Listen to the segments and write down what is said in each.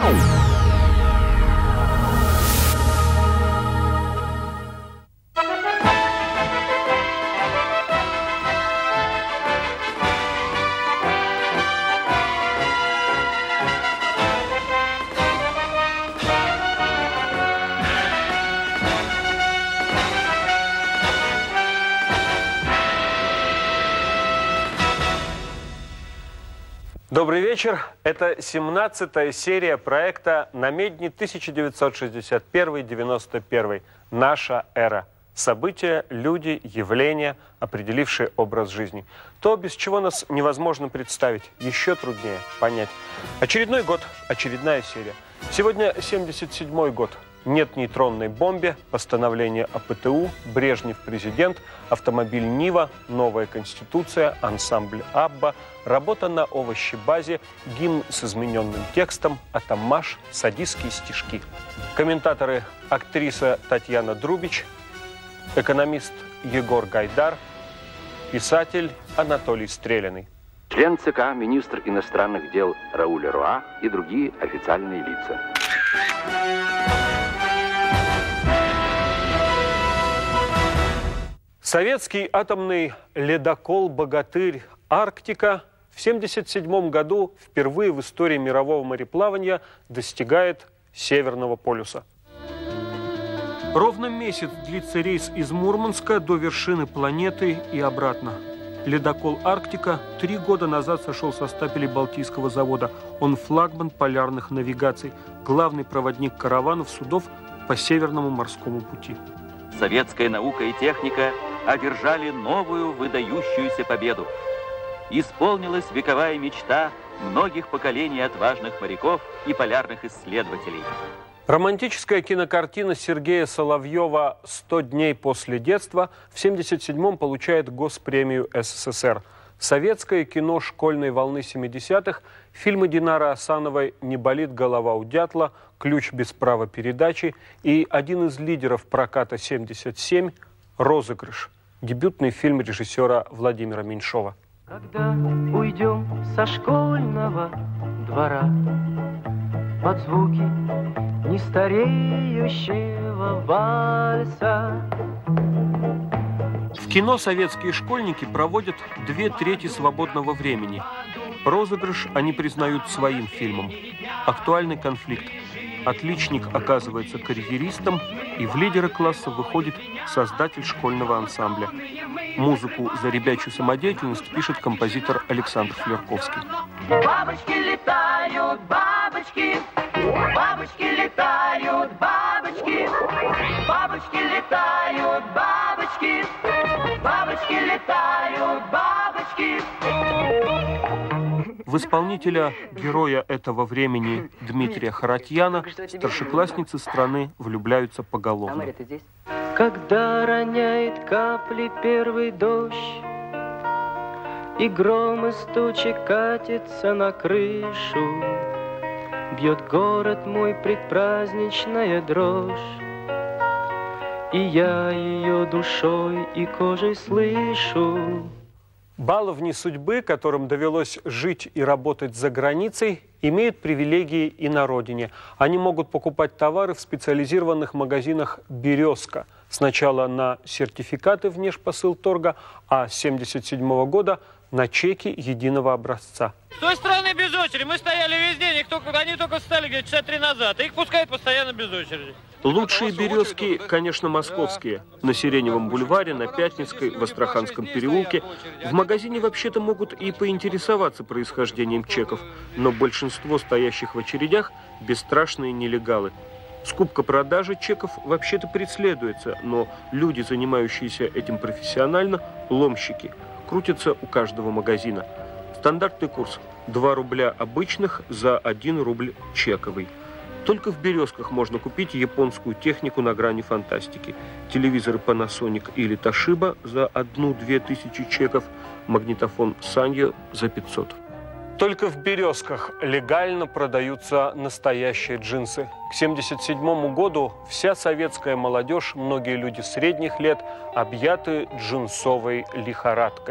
Добрый вечер. Это 17-я серия проекта «Намедни 1961-91. Наша эра». События, люди, явления, определившие образ жизни. То, без чего нас невозможно представить, еще труднее понять. Очередной год, очередная серия. Сегодня 77-й год. Нет нейтронной бомбе, постановление о ПТУ, Брежнев президент, автомобиль Нива, новая конституция, ансамбль Абба, работа на овощебазе, гимн с измененным текстом, атамаш, садистские стишки. Комментаторы: актриса Татьяна Друбич, экономист Егор Гайдар, писатель Анатолий Стреляный. Член ЦК, министр иностранных дел Рауль Руа и другие официальные лица. Советский атомный ледокол «Богатырь» «Арктика» в 1977 году впервые в истории мирового мореплавания достигает Северного полюса. Ровно месяц длится рейс из Мурманска до вершины планеты и обратно. Ледокол «Арктика» 3 года назад сошел со стапелей Балтийского завода. Он флагман полярных навигаций, главный проводник караванов судов по Северному морскому пути. Советская наука и техника одержали новую выдающуюся победу. Исполнилась вековая мечта многих поколений отважных моряков и полярных исследователей. Романтическая кинокартина Сергея Соловьева «100 дней после детства» в 1977-м получает Госпремию СССР. Советское кино школьной волны 70-х, фильмы Динары Асановой «Не болит голова у дятла», «Ключ без права передачи» и один из лидеров проката 77 «Розыгрыш», дебютный фильм режиссера Владимира Меньшова. Когда уйдем со школьного двора под звуки нестареющего вальса. В кино советские школьники проводят 2/3 свободного времени. «Розыгрыш» они признают своим фильмом. Актуальный конфликт. Отличник оказывается карьеристом, и в лидеры класса выходит создатель школьного ансамбля. Музыку за ребячью самодеятельность пишет композитор Александр Флерковский. Бабочки летают, бабочки, бабочки летают, бабочки, бабочки летают, бабочки, бабочки летают, бабочки. В исполнителя героя этого времени Дмитрия Харатьяна старшеклассницы страны влюбляются поголовно. Когда роняет капли первый дождь, и гром из тучи катится на крышу, бьет город мой предпраздничная дрожь, и я ее душой и кожей слышу. Баловни судьбы, которым довелось жить и работать за границей, имеют привилегии и на родине. Они могут покупать товары в специализированных магазинах «Березка». Сначала на сертификаты Внешпосылторга, а с 1977 года на чеки единого образца. С той стороны без очереди. Мы стояли весь день, они только встали где-то часа 3 назад. Их пускают постоянно без очереди. Лучшие березки, конечно, московские. На Сиреневом бульваре, на Пятницкой, в Астраханском переулке. В магазине вообще-то могут и поинтересоваться происхождением чеков, но большинство стоящих в очередях – бесстрашные нелегалы. Скупка продажи чеков вообще-то преследуется, но люди, занимающиеся этим профессионально, ломщики, крутятся у каждого магазина. Стандартный курс – 2 рубля обычных за 1 рубль чековый. Только в «Березках» можно купить японскую технику на грани фантастики. Телевизоры Panasonic или Toshiba за 1-2 тысячи чеков, магнитофон Sanyo за 500. Только в «Березках» легально продаются настоящие джинсы. К 1977 году вся советская молодежь, многие люди средних лет, объяты джинсовой лихорадкой.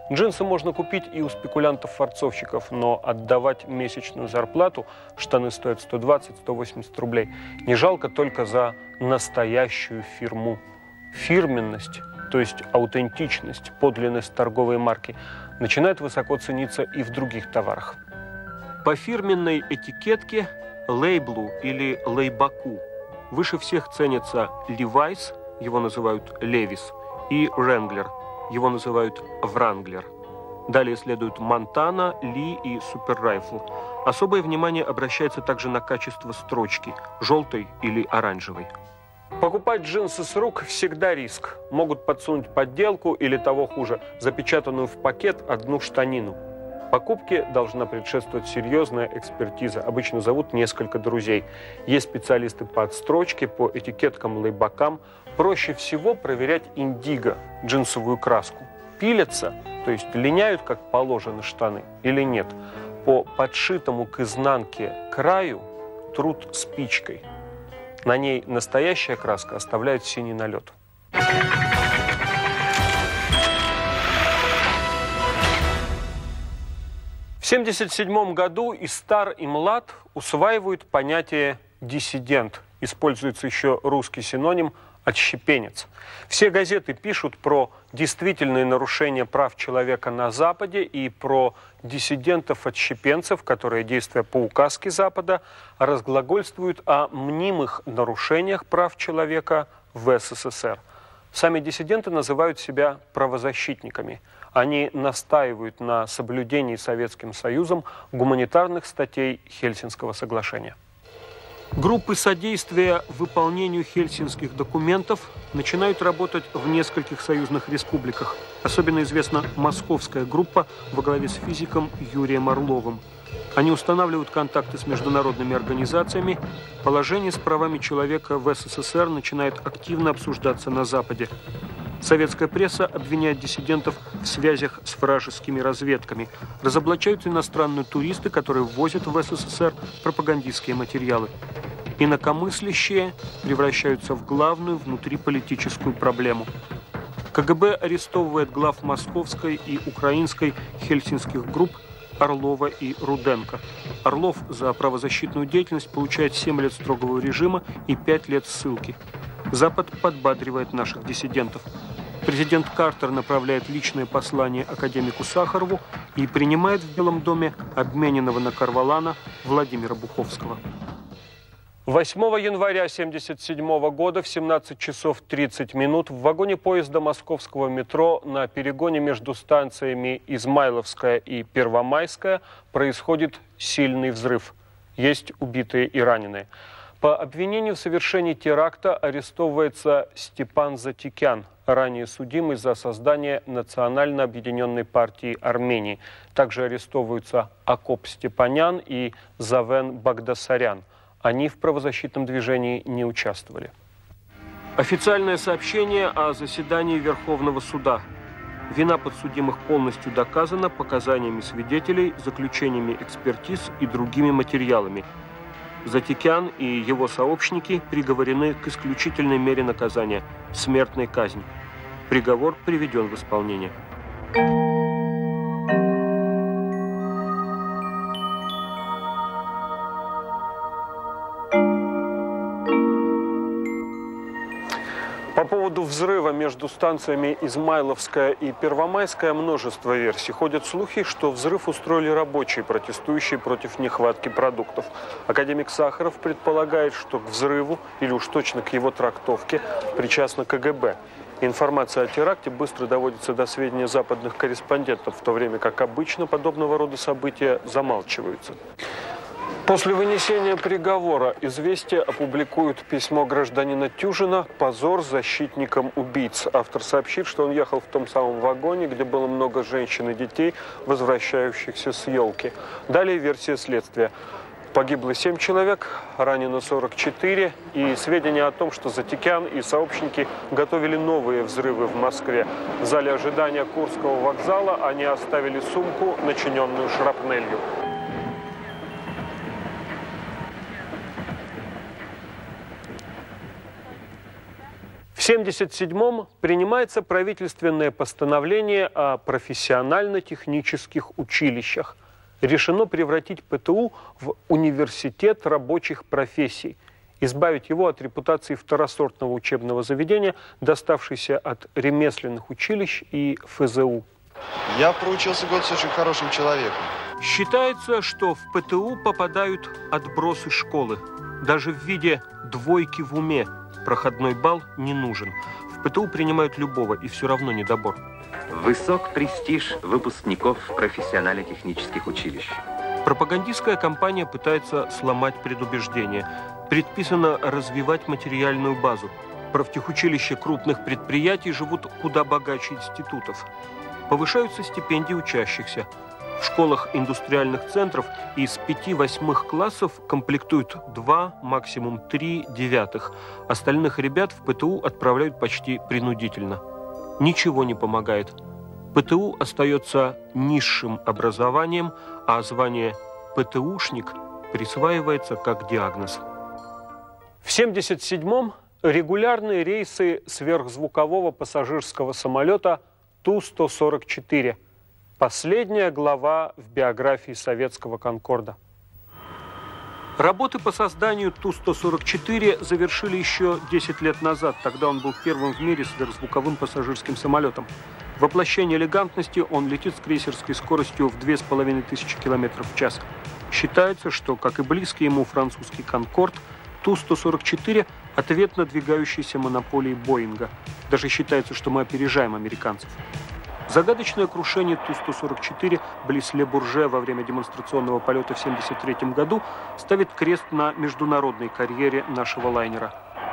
Джинсы можно купить и у спекулянтов-фарцовщиков, но отдавать месячную зарплату, штаны стоят 120-180 рублей, не жалко только за настоящую фирму. Фирменность, то есть аутентичность, подлинность торговой марки, начинает высоко цениться и в других товарах. По фирменной этикетке, лейблу или лейбаку выше всех ценятся Levi's, его называют Levi's, и Wrangler, его называют Wrangler. Далее следуют Montana, Lee и Super Rifle. Особое внимание обращается также на качество строчки, желтой или оранжевой. Покупать джинсы с рук всегда риск. Могут подсунуть подделку или, того хуже, запечатанную в пакет одну штанину. Покупке должна предшествовать серьезная экспертиза. Обычно зовут несколько друзей. Есть специалисты по отстрочке, по этикеткам, лейбакам. Проще всего проверять индиго, джинсовую краску. Пилятся, то есть линяют, как положено, штаны, или нет. По подшитому к изнанке краю трут спичкой. На ней настоящая краска оставляет синий налет. В 1977 году и стар, и млад усваивают понятие «диссидент». Используется еще русский синоним «отщепенец». Все газеты пишут про действительные нарушения прав человека на Западе и про диссидентов-отщепенцев, которые, действуя по указке Запада, разглагольствуют о мнимых нарушениях прав человека в СССР. Сами диссиденты называют себя правозащитниками. Они настаивают на соблюдении Советским Союзом гуманитарных статей Хельсинского соглашения. Группы содействия выполнению хельсинских документов начинают работать в нескольких союзных республиках. Особенно известна московская группа во главе с физиком Юрием Орловым. Они устанавливают контакты с международными организациями. Положение с правами человека в СССР начинает активно обсуждаться на Западе. Советская пресса обвиняет диссидентов в связях с вражескими разведками. Разоблачаются иностранные туристы, которые ввозят в СССР пропагандистские материалы. Инакомыслящие превращаются в главную внутриполитическую проблему. КГБ арестовывает глав московской и украинской хельсинских групп Орлова и Руденко. Орлов за правозащитную деятельность получает 7 лет строгого режима и 5 лет ссылки. Запад подбадривает наших диссидентов. Президент Картер направляет личное послание академику Сахарову и принимает в Белом доме обмененного на Карвалана Владимира Буховского. 8 января 1977 года в 17 часов 30 минут в вагоне поезда московского метро на перегоне между станциями Измайловская и Первомайская происходит сильный взрыв. Есть убитые и раненые. По обвинению в совершении теракта арестовывается Степан Затикян, ранее судимый за создание Национально объединенной партии Армении. Также арестовываются Акоп Степанян и Завен Багдасарян. Они в правозащитном движении не участвовали. Официальное сообщение о заседании Верховного суда. Вина подсудимых полностью доказана показаниями свидетелей, заключениями экспертиз и другими материалами. Затикян и его сообщники приговорены к исключительной мере наказания – смертной казни. Приговор приведен в исполнение. По поводу взрыва между станциями Измайловская и Первомайская множество версий. Ходят слухи, что взрыв устроили рабочие, протестующие против нехватки продуктов. Академик Сахаров предполагает, что к взрыву, или уж точно к его трактовке, причастна КГБ. Информация о теракте быстро доводится до сведения западных корреспондентов, в то время как обычно подобного рода события замалчиваются. После вынесения приговора «Известия» опубликуют письмо гражданина Тюжина «Позор защитникам убийц». Автор сообщит, что он ехал в том самом вагоне, где было много женщин и детей, возвращающихся с елки. Далее версия следствия. Погибло 7 человек, ранено 44. И сведения о том, что Затикян и сообщники готовили новые взрывы в Москве. В зале ожидания Курского вокзала они оставили сумку, начиненную шрапнелью. В В 1977-м принимается правительственное постановление о профессионально-технических училищах. Решено превратить ПТУ в университет рабочих профессий, избавить его от репутации второсортного учебного заведения, доставшейся от ремесленных училищ и ФЗУ. Я проучился год с очень хорошим человеком. Считается, что в ПТУ попадают отбросы школы. Даже в виде двойки в уме проходной балл не нужен. В ПТУ принимают любого, и все равно недобор. Высок престиж выпускников профессионально-технических училищ. Пропагандистская кампания пытается сломать предубеждения. Предписано развивать материальную базу. Профтехучилища крупных предприятий живут куда богаче институтов. Повышаются стипендии учащихся. В школах индустриальных центров из 5-8 классов комплектуют 2, максимум 3 девятых. Остальных ребят в ПТУ отправляют почти принудительно. Ничего не помогает. ПТУ остается низшим образованием, а звание ПТУшник присваивается как диагноз. В 1977-м регулярные рейсы сверхзвукового пассажирского самолета Ту-144. Последняя глава в биографии советского «Конкорда». Работы по созданию Ту-144 завершили еще 10 лет назад. Тогда он был первым в мире сверхзвуковым пассажирским самолетом. Воплощение элегантности, он летит с крейсерской скоростью в 2500 км в час. Считается, что, как и близкий ему французский «Конкорд», Ту-144 – ответ надвигающейся монополии Боинга. Даже считается, что мы опережаем американцев. Загадочное крушение Ту-144 близ Ле-Бурже во время демонстрационного полета в 1973 году ставит крест на международной карьере нашего лайнера.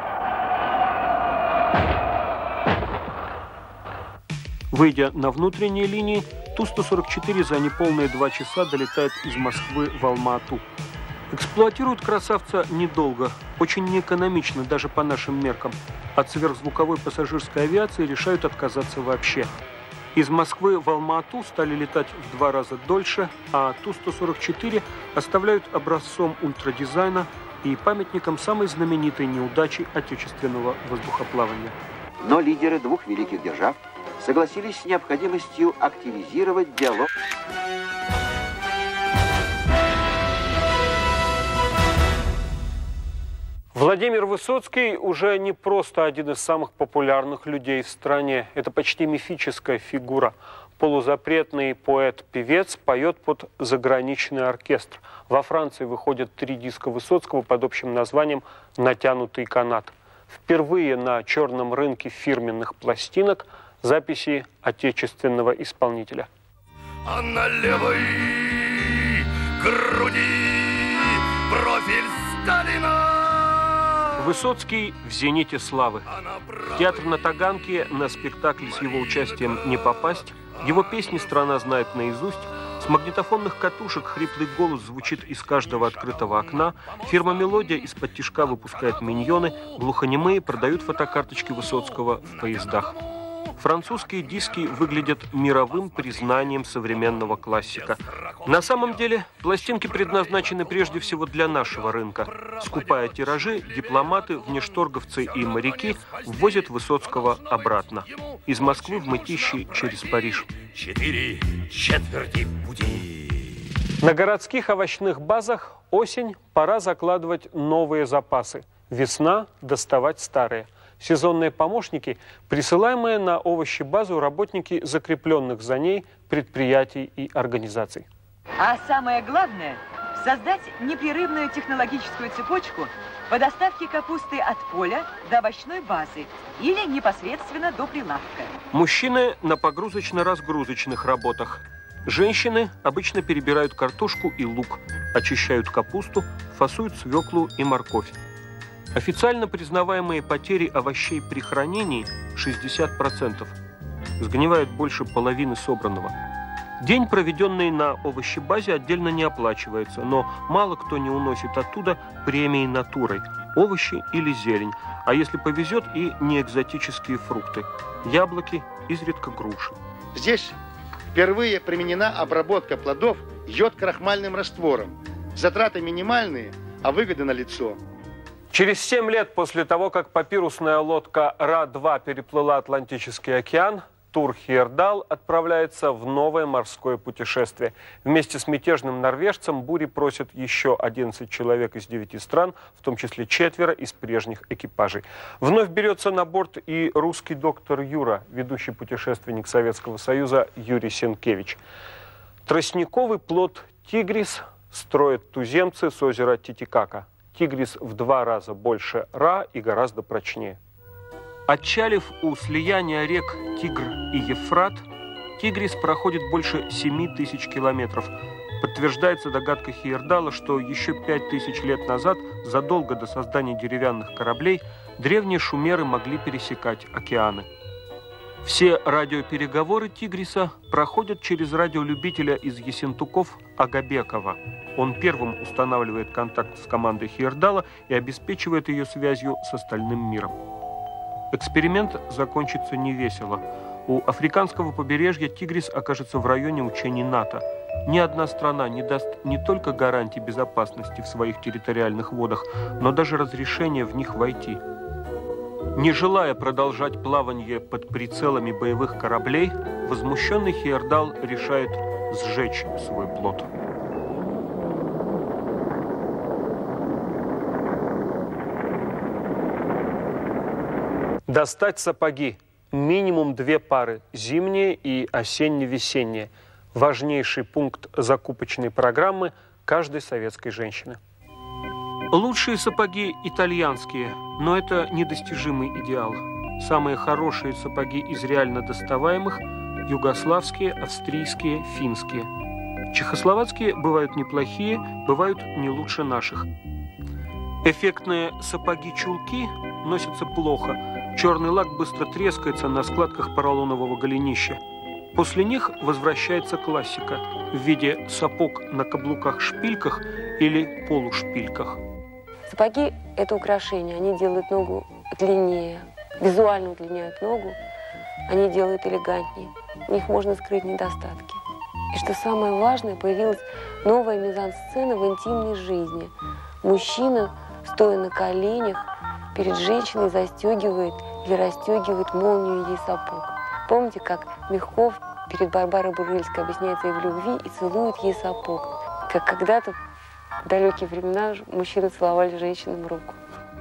Выйдя на внутренние линии, Ту-144 за неполные 2 часа долетает из Москвы в Алма-Ату. Эксплуатируют красавца недолго, очень неэкономично даже по нашим меркам. От сверхзвуковой пассажирской авиации решают отказаться вообще. Из Москвы в Алма-Ату стали летать в 2 раза дольше, а Ту-144 оставляют образцом ультрадизайна и памятником самой знаменитой неудачи отечественного воздухоплавания. Но лидеры двух великих держав согласились с необходимостью активизировать диалог. Владимир Высоцкий уже не просто один из самых популярных людей в стране. Это почти мифическая фигура. Полузапретный поэт-певец поет под заграничный оркестр. Во Франции выходят 3 диска Высоцкого под общим названием «Натянутый канат». Впервые на черном рынке фирменных пластинок записи отечественного исполнителя. А на левой груди профиль Сталина. Высоцкий в зените славы. В театр на Таганке на спектакль с его участием не попасть. Его песни страна знает наизусть. С магнитофонных катушек хриплый голос звучит из каждого открытого окна. Фирма «Мелодия» из-под тишка выпускает миньоны. Глухонемые продают фотокарточки Высоцкого в поездах. Французские диски выглядят мировым признанием современного классика. На самом деле, пластинки предназначены прежде всего для нашего рынка. Скупая тиражи, дипломаты, внешторговцы и моряки ввозят Высоцкого обратно. Из Москвы в Мытищи через Париж. 4/4 пути. На городских овощных базах осень, пора закладывать новые запасы. Весна – доставать старые. Сезонные помощники, присылаемые на овощебазу работники закрепленных за ней предприятий и организаций. А самое главное – создать непрерывную технологическую цепочку по доставке капусты от поля до овощной базы или непосредственно до прилавка. Мужчины на погрузочно-разгрузочных работах. Женщины обычно перебирают картошку и лук, очищают капусту, фасуют свеклу и морковь. Официально признаваемые потери овощей при хранении 60%. Сгнивает больше половины собранного. День, проведенный на овощебазе, отдельно не оплачивается, но мало кто не уносит оттуда премии натурой. Овощи или зелень, а если повезет, и неэкзотические фрукты. Яблоки, изредка груши. Здесь впервые применена обработка плодов йод-крахмальным раствором. Затраты минимальные, а выгода налицо. Через 7 лет после того, как папирусная лодка Ра-2 переплыла Атлантический океан, Тур Хейердал отправляется в новое морское путешествие. Вместе с мятежным норвежцем бури просят еще 11 человек из 9 стран, в том числе 4 из прежних экипажей. Вновь берется на борт и русский доктор Юра, ведущий путешественник Советского Союза Юрий Сенкевич. Тростниковый плот «Тигрис» строят туземцы с озера Титикака. «Тигрис» в 2 раза больше «Ра» и гораздо прочнее. Отчалив у слияния рек Тигр и Ефрат, «Тигрис» проходит больше 7000 километров. Подтверждается догадка Хейердала, что еще 5000 лет назад, задолго до создания деревянных кораблей, древние шумеры могли пересекать океаны. Все радиопереговоры «Тигриса» проходят через радиолюбителя из Ессентуков Агабекова. Он первым устанавливает контакт с командой Хейердала и обеспечивает ее связью с остальным миром. Эксперимент закончится невесело. У африканского побережья «Тигрис» окажется в районе учений НАТО. Ни одна страна не даст не только гарантий безопасности в своих территориальных водах, но даже разрешения в них войти. Не желая продолжать плавание под прицелами боевых кораблей, возмущенный Хейердал решает сжечь свой плот. Достать сапоги. Минимум 2 пары, зимние и осенне-весенние. Важнейший пункт закупочной программы каждой советской женщины. Лучшие сапоги итальянские, но это недостижимый идеал. Самые хорошие сапоги из реально доставаемых – югославские, австрийские, финские. Чехословацкие бывают неплохие, бывают не лучше наших. Эффектные сапоги-чулки носятся плохо. Черный лак быстро трескается на складках поролонового голенища. После них возвращается классика в виде сапог на каблуках-шпильках или полушпильках. Сапоги – это украшение. Они делают ногу длиннее, визуально удлиняют ногу, они делают элегантнее. В них можно скрыть недостатки. И что самое важное, появилась новая мизансцена в интимной жизни. Мужчина, стоя на коленях, перед женщиной застегивает или расстегивает молнию ей сапог. Помните, как Мягков перед Барбарой Бурыльской объясняется ей в любви и целует ей сапог? Как когда-то в далекие времена мужчины целовали женщинам руку.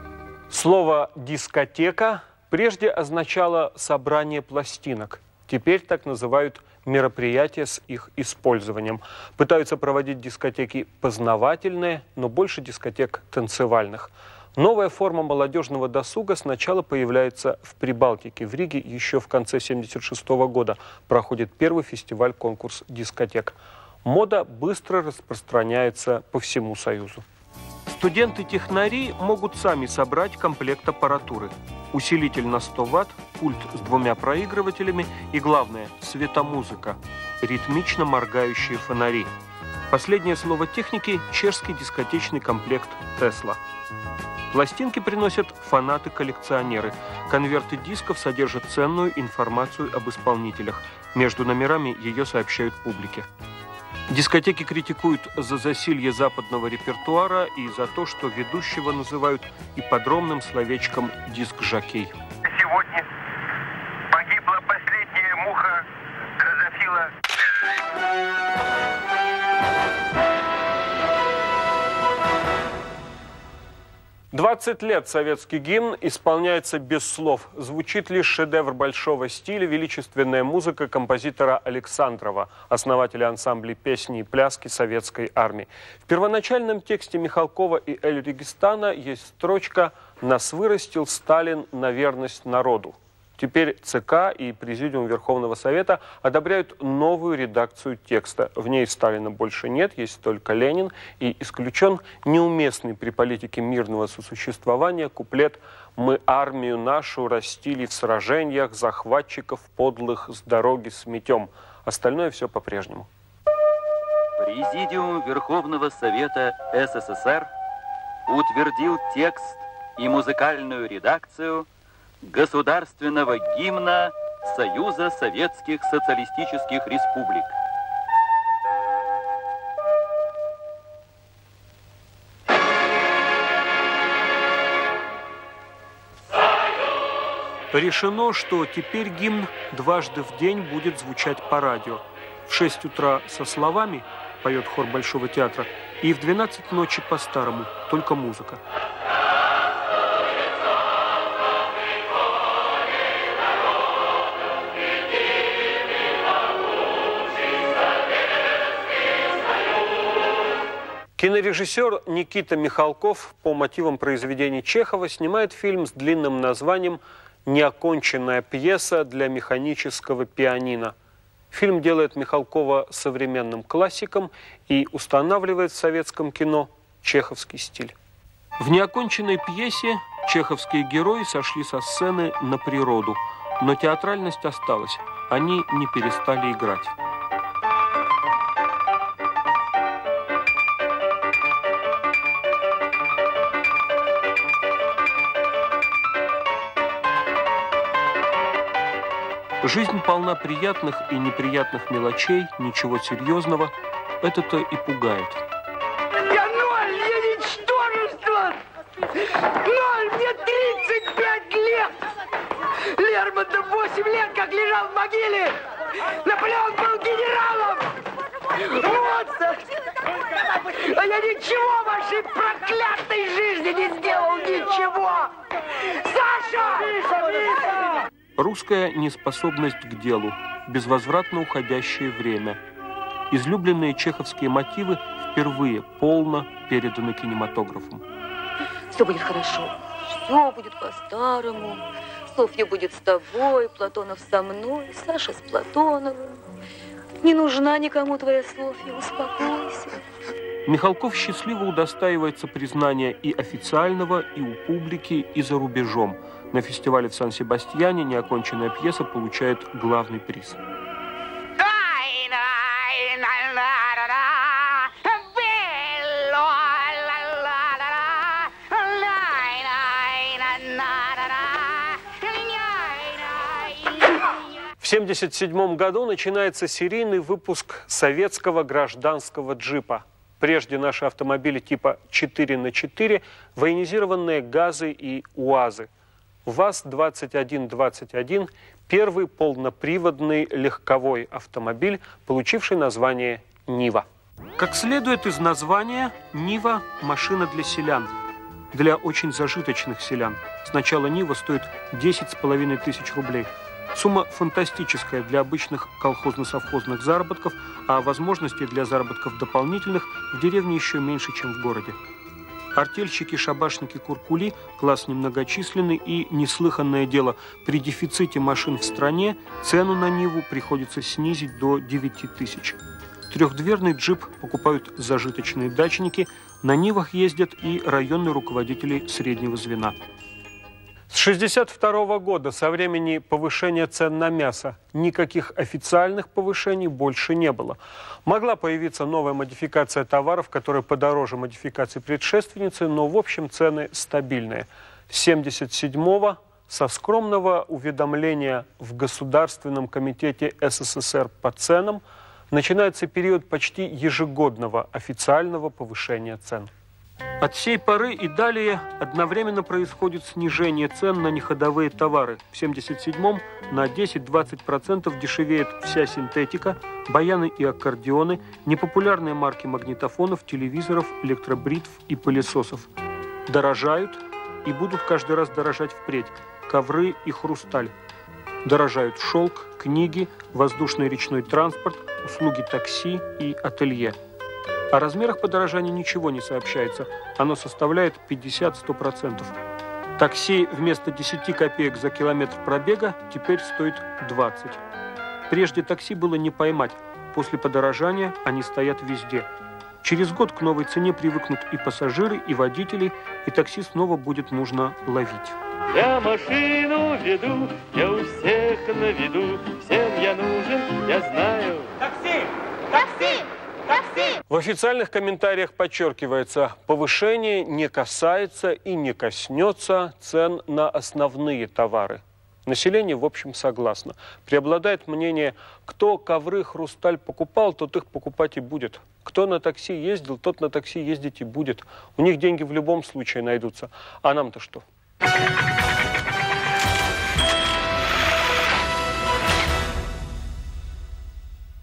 Слово «дискотека» прежде означало «собрание пластинок». Теперь так называют мероприятия с их использованием. Пытаются проводить дискотеки познавательные, но больше дискотек танцевальных. Новая форма молодежного досуга сначала появляется в Прибалтике. В Риге еще в конце 1976 года проходит первый фестиваль-конкурс дискотек. Мода быстро распространяется по всему Союзу. Студенты-технари могут сами собрать комплект аппаратуры. Усилитель на 100 Вт, пульт с 2 проигрывателями и, главное, светомузыка, ритмично моргающие фонари. Последнее слово техники – чешский дискотечный комплект «Тесла». Пластинки приносят фанаты-коллекционеры. Конверты дисков содержат ценную информацию об исполнителях. Между номерами ее сообщают публике. Дискотеки критикуют за засилье западного репертуара и за то, что ведущего называют ипподромным словечком «диск-жокей». Сегодня погибла последняя муха дрозофила. 20 лет советский гимн исполняется без слов. Звучит лишь шедевр большого стиля, величественная музыка композитора Александрова, основателя ансамблей песни и пляски советской армии. В первоначальном тексте Михалкова и Эль-Регистана есть строчка «Нас вырастил Сталин на верность народу». Теперь ЦК и Президиум Верховного Совета одобряют новую редакцию текста. В ней Сталина больше нет, есть только Ленин, и исключен неуместный при политике мирного сосуществования куплет «Мы армию нашу растили в сражениях, захватчиков подлых с дороги сметем». Остальное все по-прежнему. Президиум Верховного Совета СССР утвердил текст и музыкальную редакцию государственного гимна Союза Советских Социалистических Республик. Решено, что теперь гимн дважды в день будет звучать по радио. В 6 утра со словами, поет хор Большого театра, и в 12 ночи по-старому, только музыка. Кинорежиссер Никита Михалков по мотивам произведений Чехова снимает фильм с длинным названием «Неоконченная пьеса для механического пианино». Фильм делает Михалкова современным классиком и устанавливает в советском кино чеховский стиль. В неоконченной пьесе чеховские герои сошли со сцены на природу, но театральность осталась, они не перестали играть. Жизнь полна приятных и неприятных мелочей, ничего серьезного. Это-то и пугает. Я ноль, я ничтожество! Ноль, мне 35 лет! Лермонтов 8 лет как лежал в могиле! Наполеон был генералом! Моцарт! А я ничего в вашей проклятой жизни не сделал, ничего! Саша! Миша! Русская неспособность к делу, безвозвратно уходящее время. Излюбленные чеховские мотивы впервые полно переданы кинематографом. Все будет хорошо, все будет по-старому. Софья будет с тобой, Платонов со мной, Саша с Платоновым. Не нужна никому твоя Софья, успокойся. Михалков счастливо удостаивается признания и официального, и у публики, и за рубежом. На фестивале в Сан-Себастьяне неоконченная пьеса получает главный приз. В 1977 году начинается серийный выпуск советского гражданского джипа. Прежде наши автомобили типа 4х4, военизированные ГАЗы и УАЗы. ВАЗ-2121 – первый полноприводный легковой автомобиль, получивший название «Нива». Как следует из названия, «Нива» – машина для селян, для очень зажиточных селян. Сначала «Нива» стоит 10,5 тысяч рублей. Сумма фантастическая для обычных колхозно-совхозных заработков, а возможностей для заработков дополнительных в деревне еще меньше, чем в городе. Артельщики, шабашники, куркули – класс немногочисленный и неслыханное дело. При дефиците машин в стране цену на Ниву приходится снизить до 9 тысяч. Трехдверный джип покупают зажиточные дачники, на Нивах ездят и районные руководители среднего звена. С 1962 года, со времени повышения цен на мясо, никаких официальных повышений больше не было. Могла появиться новая модификация товаров, которая подороже модификации предшественницы, но в общем цены стабильные. С 1977-го со скромного уведомления в Государственном комитете СССР по ценам начинается период почти ежегодного официального повышения цен. От сей поры и далее одновременно происходит снижение цен на неходовые товары. В 1977-м на 10-20% дешевеет вся синтетика, баяны и аккордеоны, непопулярные марки магнитофонов, телевизоров, электробритв и пылесосов. Дорожают и будут каждый раз дорожать впредь ковры и хрусталь. Дорожают шелк, книги, воздушный речной транспорт, услуги такси и ателье. О размерах подорожания ничего не сообщается. Оно составляет 50-100%. Такси вместо 10 копеек за километр пробега теперь стоит 20. Прежде такси было не поймать. После подорожания они стоят везде. Через год к новой цене привыкнут и пассажиры, и водители, и такси снова будет нужно ловить. Я машину веду, я у всех на виду, всем я нужен, я знаю. Такси! Такси! В официальных комментариях подчеркивается, повышение не касается и не коснется цен на основные товары. Население, в общем, согласно. Преобладает мнение, кто ковры, хрусталь покупал, тот их покупать и будет. Кто на такси ездил, тот на такси ездить и будет. У них деньги в любом случае найдутся. А нам-то что?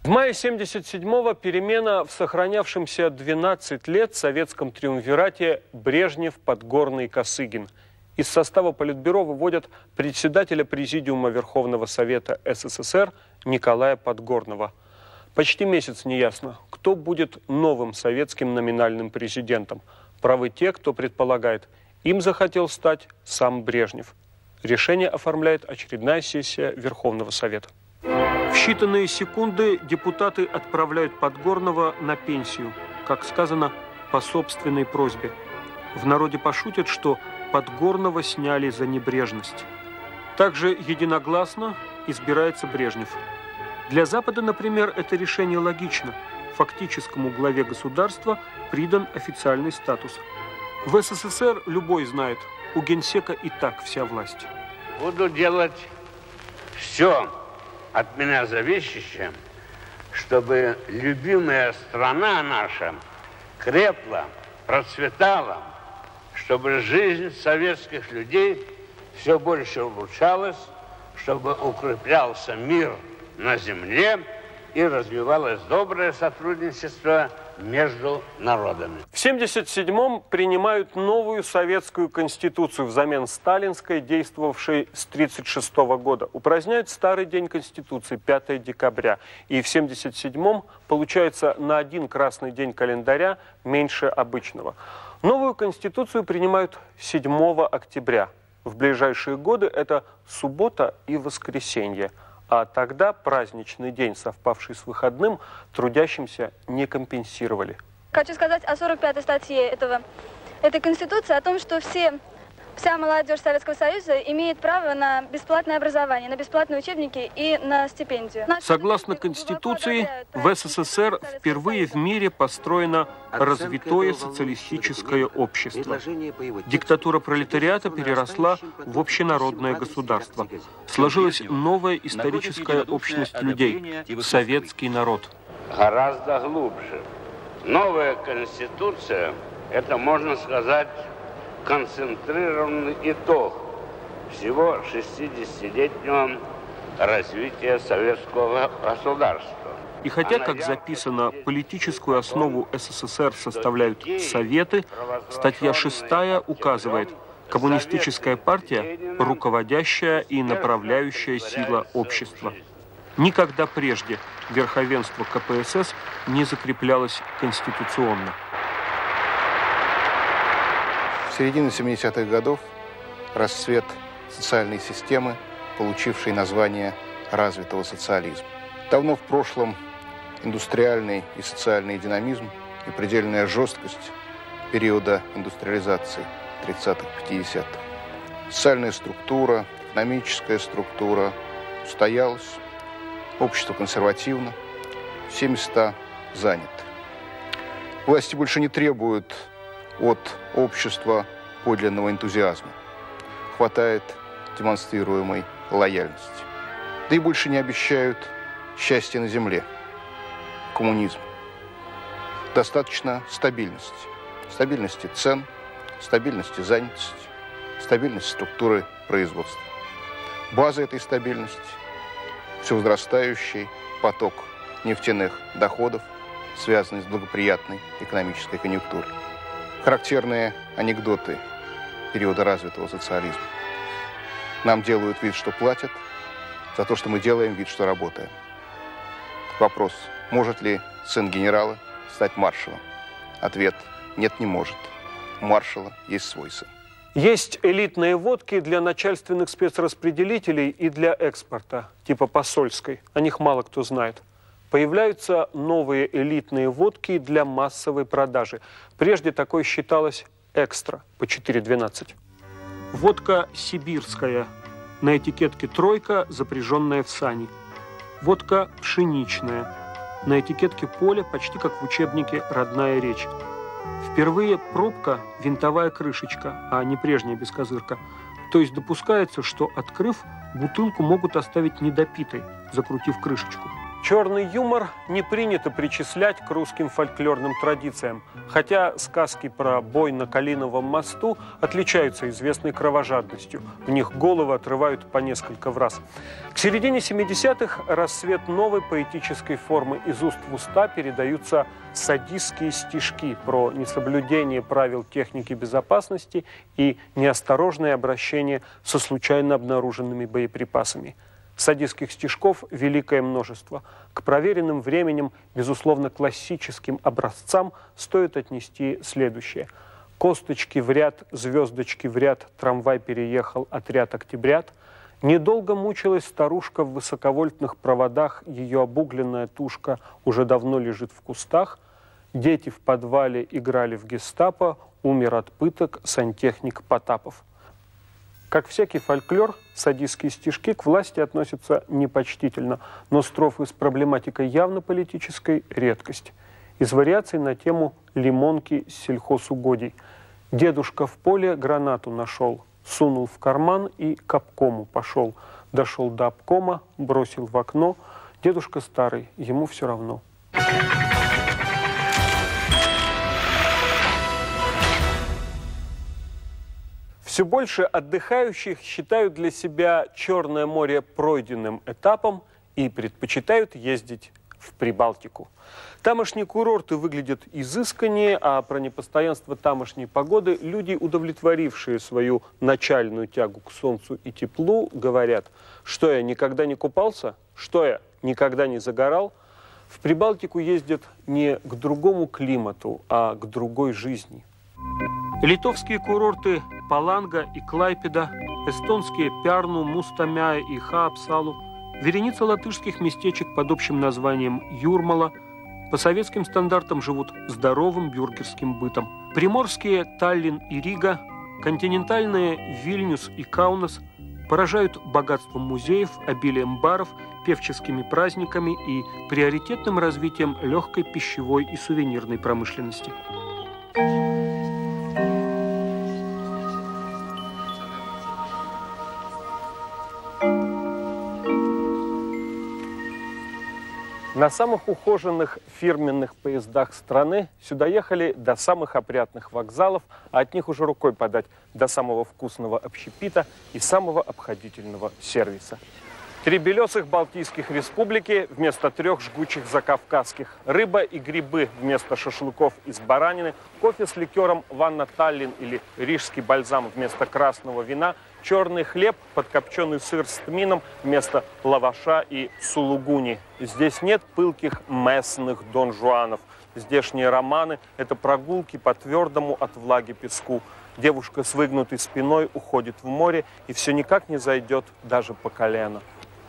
В мае 1977-го перемена в сохранявшемся 12 лет советском триумвирате Брежнев-Подгорный Косыгин. Из состава Политбюро выводят председателя Президиума Верховного Совета СССР Николая Подгорного. Почти месяц неясно, кто будет новым советским номинальным президентом. Правы те, кто предполагает, им захотел стать сам Брежнев. Решение оформляет очередная сессия Верховного Совета. В считанные секунды депутаты отправляют Подгорного на пенсию, как сказано, по собственной просьбе. В народе пошутят, что Подгорного сняли за небрежность. Также единогласно избирается Брежнев. Для Запада, например, это решение логично. Фактическому главе государства придан официальный статус. В СССР любой знает, у генсека и так вся власть. Буду делать все от меня зависящее, чтобы любимая страна наша крепла, процветала, чтобы жизнь советских людей все больше улучшалась, чтобы укреплялся мир на земле и развивалось доброе сотрудничество между народами. В 1977-м принимают новую советскую конституцию взамен сталинской, действовавшей с 1936 года. Упраздняют старый день конституции, 5 декабря. И в 1977-м получается на один красный день календаря меньше обычного. Новую конституцию принимают 7 октября. В ближайшие годы это суббота и воскресенье. А тогда праздничный день, совпавший с выходным, трудящимся не компенсировали. Хочу сказать о 45-й статье этой Конституции, о том, что вся молодежь Советского Союза имеет право на бесплатное образование, на бесплатные учебники и на стипендию. Согласно Конституции, в СССР впервые в мире построено развитое социалистическое общество. Диктатура пролетариата переросла в общенародное государство. Сложилась новая историческая общность людей – советский народ. Гораздо глубже. Новая Конституция – это, можно сказать, концентрированный итог всего 60-летнего развития советского государства. И хотя, как записано, политическую основу СССР составляют Советы, статья 6 указывает, коммунистическая партия – руководящая и направляющая сила общества. Никогда прежде верховенство КПСС не закреплялось конституционно. В середине 70-х годов расцвет социальной системы, получившей название развитого социализма. Давно в прошлом индустриальный и социальный динамизм и предельная жесткость периода индустриализации 30-х, 50-х. Социальная структура, экономическая структура устоялась, общество консервативно, все места заняты. Власти больше не требуют от общества подлинного энтузиазма. Хватает демонстрируемой лояльности. Да и больше не обещают счастья на земле, коммунизм. Достаточно стабильности. Стабильности цен, стабильности занятости, стабильности структуры производства. База этой стабильности – все возрастающий поток нефтяных доходов, связанный с благоприятной экономической конъюнктурой. Характерные анекдоты периода развитого социализма. Нам делают вид, что платят, за то, что мы делаем вид, что работаем. Вопрос, может ли сын генерала стать маршалом? Ответ – нет, не может. У маршала есть свой сын. Есть элитные водки для начальственных спецраспределителей и для экспорта, типа посольской. О них мало кто знает. Появляются новые элитные водки для массовой продажи. Прежде такой считалось экстра по 4,12. Водка сибирская. На этикетке тройка, запряженная в сани. Водка пшеничная. На этикетке поле, почти как в учебнике «Родная речь». Впервые пробка – винтовая крышечка, а не прежняя бескозырка. То есть допускается, что, открыв, бутылку могут оставить недопитой, закрутив крышечку. Черный юмор не принято причислять к русским фольклорным традициям, хотя сказки про бой на Калиновом мосту отличаются известной кровожадностью. В них головы отрывают по несколько раз. К середине 70-х расцвет новой поэтической формы. Из уст в уста передаются садистские стишки про несоблюдение правил техники безопасности и неосторожное обращение со случайно обнаруженными боеприпасами. Садистских стишков великое множество. К проверенным временем, безусловно, классическим образцам стоит отнести следующее. Косточки в ряд, звездочки в ряд, трамвай переехал, отряд октябрят. Недолго мучилась старушка в высоковольтных проводах, ее обугленная тушка уже давно лежит в кустах. Дети в подвале играли в гестапо, умер от пыток сантехник Потапов. Как всякий фольклор, садистские стишки к власти относятся непочтительно, но строфы с проблематикой явно политической – редкость. Из вариаций на тему лимонки с сельхозугодий. Дедушка в поле гранату нашел, сунул в карман и к обкому пошел. Дошел до обкома, бросил в окно. Дедушка старый, ему все равно. Все больше отдыхающих считают для себя Черное море пройденным этапом и предпочитают ездить в Прибалтику. Тамошние курорты выглядят изысканнее, а про непостоянство тамошней погоды люди, удовлетворившие свою начальную тягу к солнцу и теплу, говорят: что я никогда не купался, что я никогда не загорал. В Прибалтику ездят не к другому климату, а к другой жизни. Литовские курорты Паланга и Клайпеда, эстонские Пярну, Мустамяя и Хаапсалу, вереница латышских местечек под общим названием Юрмала по советским стандартам живут здоровым бюргерским бытом. Приморские Таллин и Рига, континентальные Вильнюс и Каунас поражают богатством музеев, обилием баров, певческими праздниками и приоритетным развитием легкой пищевой и сувенирной промышленности. На самых ухоженных фирменных поездах страны сюда ехали до самых опрятных вокзалов, а от них уже рукой подать до самого вкусного общепита и самого обходительного сервиса. 3 белесых балтийских республики вместо 3 жгучих закавказских, рыба и грибы вместо шашлыков из баранины, кофе с ликером Ванна Таллин или рижский бальзам вместо красного вина, черный хлеб, подкопченый сыр с тмином вместо лаваша и сулугуни. Здесь нет пылких местных донжуанов. Здешние романы – это прогулки по твердому от влаги песку. Девушка с выгнутой спиной уходит в море и все никак не зайдет даже по колено.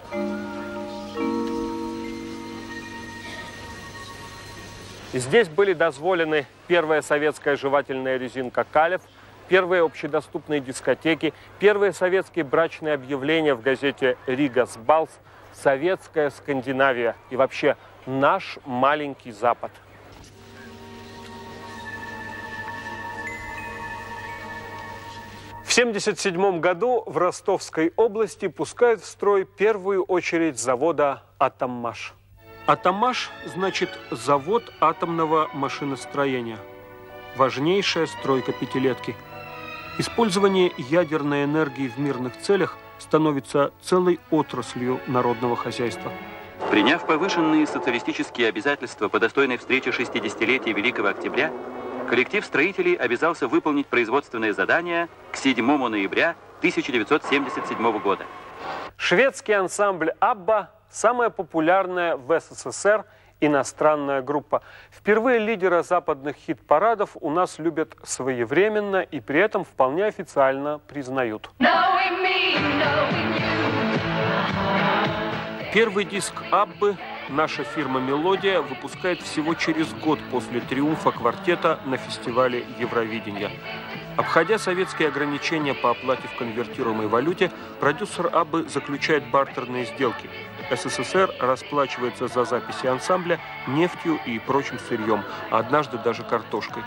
Здесь были дозволены первая советская жевательная резинка «Калев», первые общедоступные дискотеки, первые советские брачные объявления в газете «Ригас Балс», советская Скандинавия и вообще наш маленький Запад. В 1977 году в Ростовской области пускают в строй первую очередь завода «Атоммаш». «Атоммаш» значит «завод атомного машиностроения». Важнейшая стройка пятилетки. Использование ядерной энергии в мирных целях становится целой отраслью народного хозяйства. Приняв повышенные социалистические обязательства по достойной встрече 60-летия Великого Октября, коллектив строителей обязался выполнить производственные задания к 7 ноября 1977 года. Шведский ансамбль «Абба» – самая популярная в СССР иностранная группа. Впервые лидера западных хит-парадов у нас любят своевременно и при этом вполне официально признают. Первый диск «Аббы» наша фирма «Мелодия» выпускает всего через год после триумфа квартета на фестивале Евровидения. Обходя советские ограничения по оплате в конвертируемой валюте, продюсер «Аббы» заключает бартерные сделки. СССР расплачивается за записи ансамбля нефтью и прочим сырьем, а однажды даже картошкой.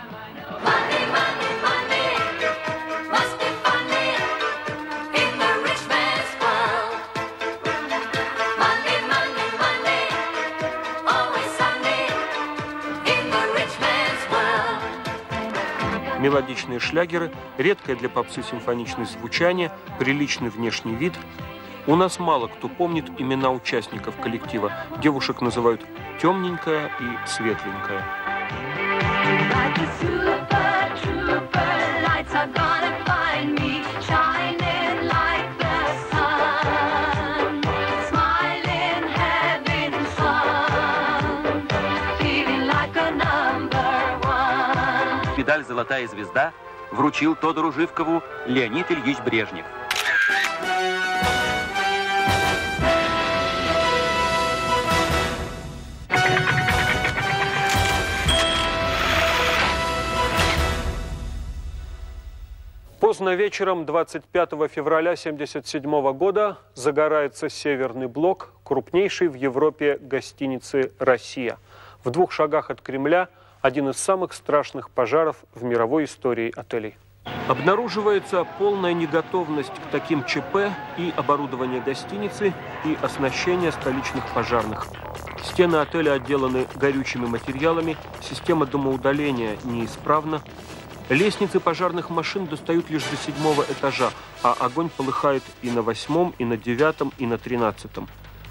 Мелодичные шлягеры, редкое для попсы симфоничное звучание, приличный внешний вид. У нас мало кто помнит имена участников коллектива. Девушек называют темненькая и светленькая. Медаль «Золотая звезда» вручил Тодору Живкову Леонид Ильич Брежнев. Поздно вечером 25 февраля 1977 года загорается Северный блок, крупнейшей в Европе гостиницы «Россия». В 2 шагах от Кремля один из самых страшных пожаров в мировой истории отелей. Обнаруживается полная неготовность к таким ЧП и оборудование гостиницы, и оснащение столичных пожарных. Стены отеля отделаны горючими материалами, система дымоудаления неисправна. Лестницы пожарных машин достают лишь до 7-го этажа, а огонь полыхает и на 8-м, и на 9-м, и на 13-м.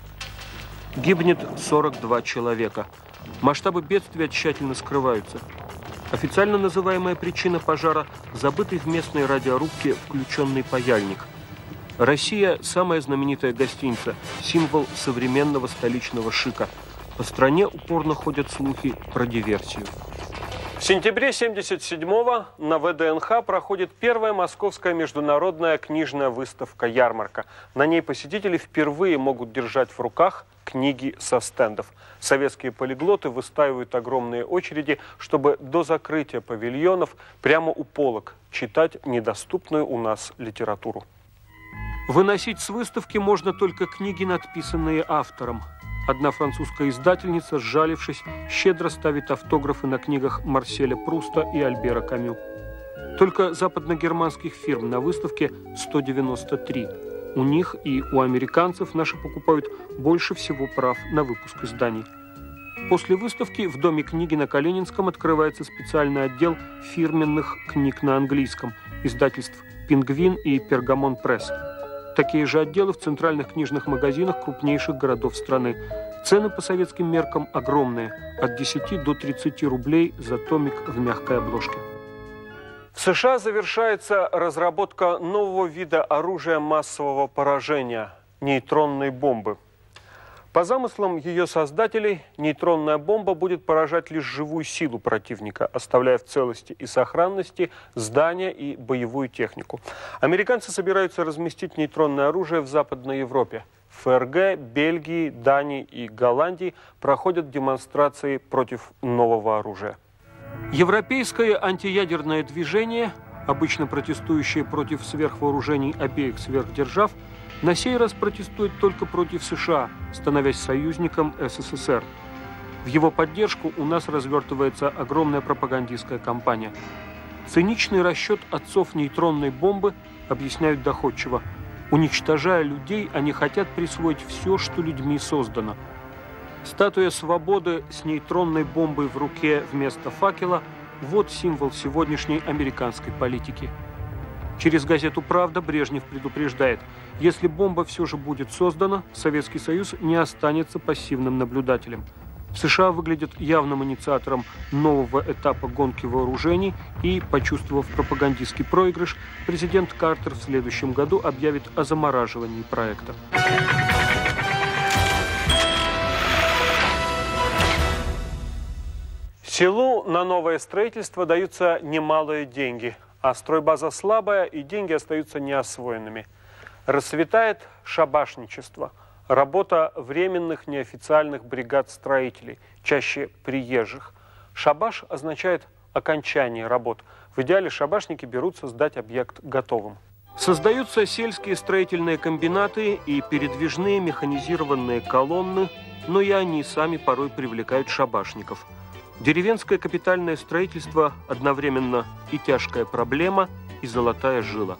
Гибнет 42 человека. Масштабы бедствия тщательно скрываются. Официально называемая причина пожара – забытый в местной радиорубке включенный паяльник. Россия – самая знаменитая гостиница, символ современного столичного шика. По стране упорно ходят слухи про диверсию. В сентябре 1977-го на ВДНХ проходит первая московская международная книжная выставка-ярмарка. На ней посетители впервые могут держать в руках книги со стендов. Советские полиглоты выстаивают огромные очереди, чтобы до закрытия павильонов прямо у полок читать недоступную у нас литературу. Выносить с выставки можно только книги, надписанные автором. Одна французская издательница, сжалившись, щедро ставит автографы на книгах Марселя Пруста и Альбера Камю. Только западногерманских фирм на выставке 193. У них и у американцев наши покупают больше всего прав на выпуск изданий. После выставки в Доме книги на Калининском открывается специальный отдел фирменных книг на английском, издательств «Пингвин» и «Пергамон Пресс». Такие же отделы в центральных книжных магазинах крупнейших городов страны. Цены по советским меркам огромные – от 10 до 30 рублей за томик в мягкой обложке. В США завершается разработка нового вида оружия массового поражения – нейтронной бомбы. По замыслам ее создателей, нейтронная бомба будет поражать лишь живую силу противника, оставляя в целости и сохранности здания и боевую технику. Американцы собираются разместить нейтронное оружие в Западной Европе. В ФРГ, Бельгии, Дании и Голландии проходят демонстрации против нового оружия. Европейское антиядерное движение, обычно протестующее против сверхвооружений обеих сверхдержав, на сей раз протестует только против США, становясь союзником СССР. В его поддержку у нас развертывается огромная пропагандистская кампания. Циничный расчет отцов нейтронной бомбы объясняют доходчиво. Уничтожая людей, они хотят присвоить все, что людьми создано. Статуя свободы с нейтронной бомбой в руке вместо факела – вот символ сегодняшней американской политики. Через газету «Правда» Брежнев предупреждает, если бомба все же будет создана, Советский Союз не останется пассивным наблюдателем. США выглядят явным инициатором нового этапа гонки вооружений и, почувствовав пропагандистский проигрыш, президент Картер в следующем году объявит о замораживании проекта. Селу на новое строительство даются немалые деньги, а стройбаза слабая, и деньги остаются неосвоенными. Расцветает шабашничество, работа временных неофициальных бригад строителей, чаще приезжих. Шабаш означает окончание работ. В идеале шабашники берутся сдать объект готовым. Создаются сельские строительные комбинаты и передвижные механизированные колонны, но и они сами порой привлекают шабашников. Деревенское капитальное строительство одновременно и тяжкая проблема, и золотая жила.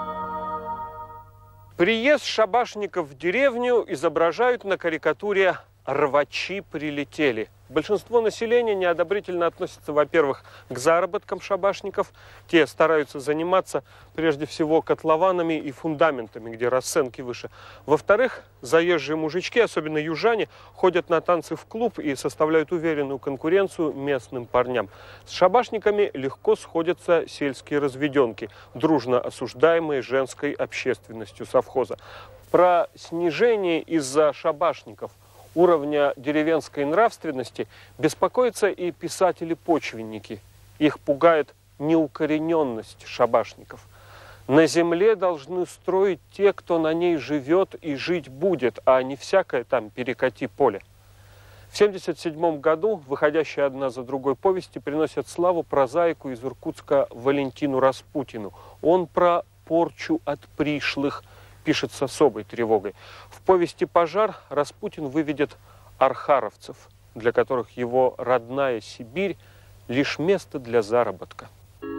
Приезд шабашников в деревню изображают на карикатуре рвачи прилетели. Большинство населения неодобрительно относится, во-первых, к заработкам шабашников. Те стараются заниматься прежде всего котлованами и фундаментами, где расценки выше. Во-вторых, заезжие мужички, особенно южане, ходят на танцы в клуб и составляют уверенную конкуренцию местным парням. С шабашниками легко сходятся сельские разведенки, дружно осуждаемые женской общественностью совхоза. Про снижение из-за шабашников уровня деревенской нравственности беспокоятся и писатели-почвенники. Их пугает неукорененность шабашников. На земле должны строить те, кто на ней живет и жить будет, а не всякое там перекати поле. В 1977 году выходящие одна за другой повести приносят славу прозаику из Иркутска Валентину Распутину. Он про порчу от пришлых пишет с особой тревогой. В повести «Пожар» Распутин выведет архаровцев, для которых его родная Сибирь – лишь место для заработка.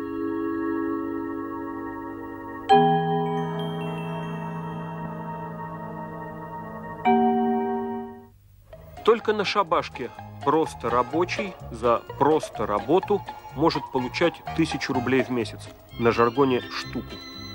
Только на шабашке просто рабочий за просто работу может получать 1000 рублей в месяц, на жаргоне штуку.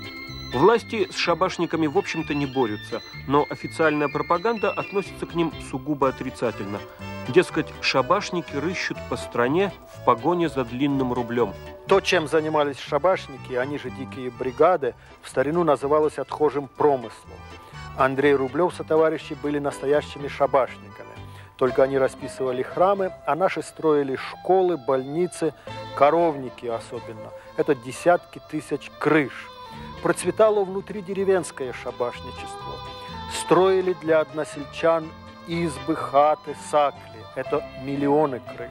Власти с шабашниками, в общем-то, не борются, но официальная пропаганда относится к ним сугубо отрицательно. Дескать, шабашники рыщут по стране в погоне за длинным рублем. То, чем занимались шабашники, они же дикие бригады, в старину называлось отхожим промыслом. Андрей Рублев со товарищи были настоящими шабашниками. Только они расписывали храмы, а наши строили школы, больницы, коровники особенно. Это десятки тысяч крыш. Процветало внутри деревенское шабашничество. Строили для односельчан избы, хаты, сакли. Это миллионы крыш.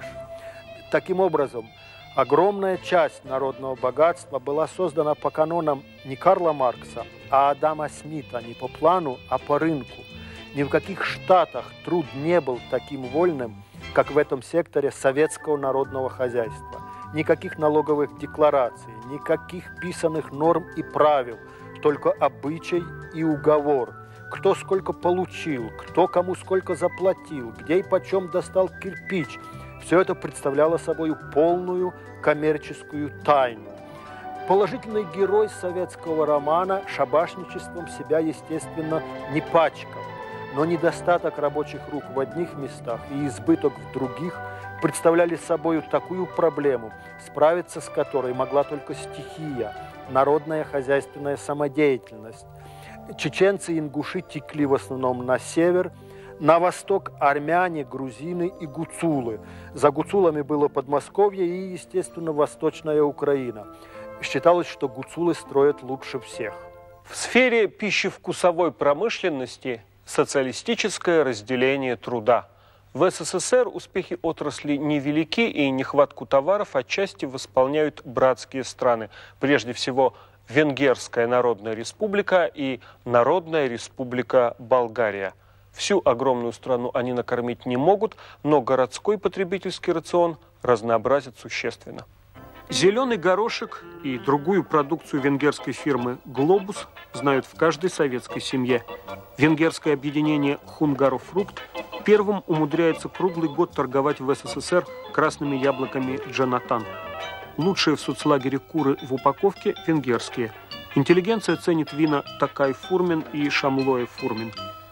Таким образом, огромная часть народного богатства была создана по канонам не Карла Маркса, а Адама Смита, не по плану, а по рынку. Ни в каких штатах труд не был таким вольным, как в этом секторе советского народного хозяйства. Никаких налоговых деклараций, никаких писанных норм и правил, только обычай и уговор. Кто сколько получил, кто кому сколько заплатил, где и почем достал кирпич. Все это представляло собой полную коммерческую тайну. Положительный герой советского романа шабашничеством себя, естественно, не пачкал. Но недостаток рабочих рук в одних местах и избыток в других представляли собой такую проблему, справиться с которой могла только стихия, народная хозяйственная самодеятельность. Чеченцы и ингуши текли в основном на север, на восток армяне, грузины и гуцулы. За гуцулами было Подмосковье и, естественно, Восточная Украина. Считалось, что гуцулы строят лучше всех. В сфере пищевкусовой промышленности социалистическое разделение труда. В СССР успехи отрасли невелики, и нехватку товаров отчасти восполняют братские страны. Прежде всего, Венгерская Народная Республика и Народная Республика Болгария. Всю огромную страну они накормить не могут, но городской потребительский рацион разнообразит существенно. Зеленый горошек и другую продукцию венгерской фирмы «Глобус» знают в каждой советской семье. Венгерское объединение «Хунгарофрукт» первым умудряется круглый год торговать в СССР красными яблоками «Джонатан». Лучшие в соцлагере куры в упаковке – венгерские. Интеллигенция ценит вина «Такай-Фурмин» и «Шамлоэ-Фурмин».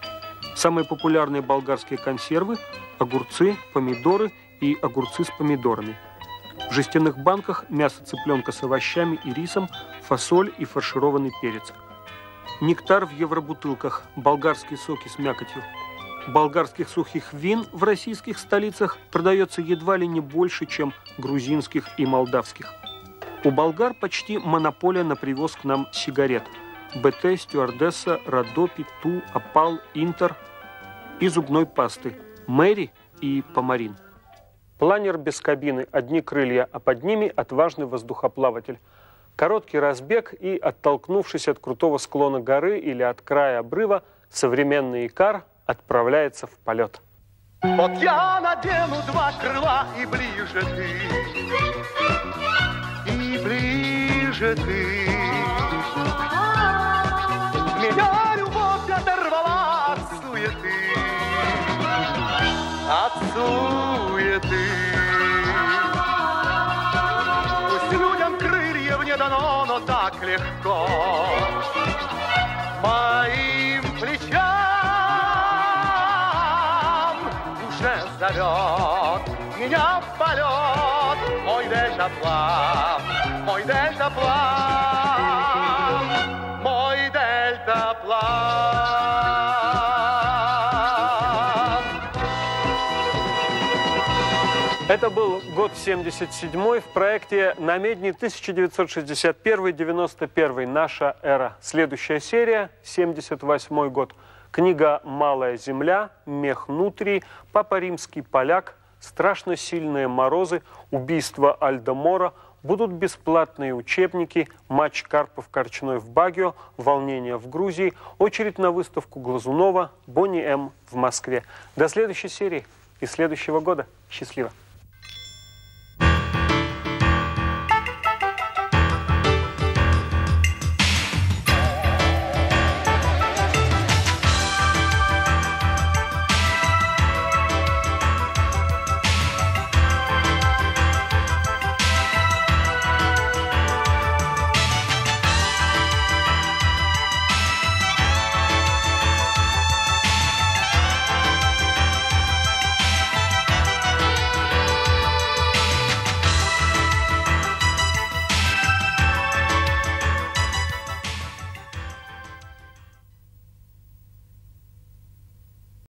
Самые популярные болгарские консервы – огурцы, помидоры и огурцы с помидорами. В жестяных банках мясо цыпленка с овощами и рисом, фасоль и фаршированный перец. Нектар в евробутылках, болгарские соки с мякотью. Болгарских сухих вин в российских столицах продается едва ли не больше, чем грузинских и молдавских. У болгар почти монополия на привоз к нам сигарет. БТ, Стюардесса, Родопи, Ту, Опал, Интер и зубной пасты Мэри и Помарин. Планер без кабины, одни крылья, а под ними отважный воздухоплаватель. Короткий разбег и, оттолкнувшись от крутого склона горы или от края обрыва, современный Икар отправляется в полет. Вот я надену два крыла, и ближе ты, и ближе ты. Меня любовь оторвала от суеты. суеты. Пусть людям крыльев не дано, но так легко моим плечам уже зовет меня в полет мой дельтаплан, мой дельтаплан, мой дельтаплан. Это был год 77-й в проекте «Намедни» 1961-91. Наша эра. Следующая серия – 78-й год. Книга «Малая земля», «Мех нутрий», «Папа римский поляк», «Страшно сильные морозы», «Убийство Альдо Моро», будут бесплатные учебники, матч Карпов-Корчной в Багио, волнение в Грузии, очередь на выставку Глазунова, Бонни М. в Москве. До следующей серии и следующего года. Счастливо!